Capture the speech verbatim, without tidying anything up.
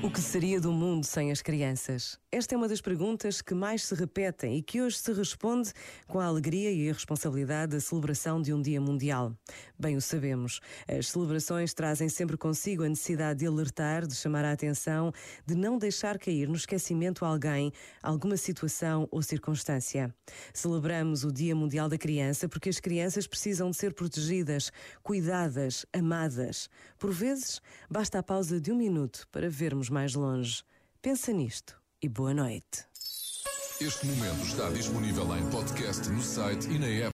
O que seria do mundo sem as crianças? Esta é uma das perguntas que mais se repetem e que hoje se responde com a alegria e a responsabilidade da celebração de um Dia Mundial. Bem o sabemos, as celebrações trazem sempre consigo a necessidade de alertar, de chamar a atenção, de não deixar cair no esquecimento alguém, alguma situação ou circunstância. Celebramos o Dia Mundial da Criança porque as crianças precisam de ser protegidas, cuidadas, amadas. Por vezes, basta a pausa de um minuto para vermos mais longe. Pensa nisto e boa noite. Este momento está disponível em podcast no site e na app.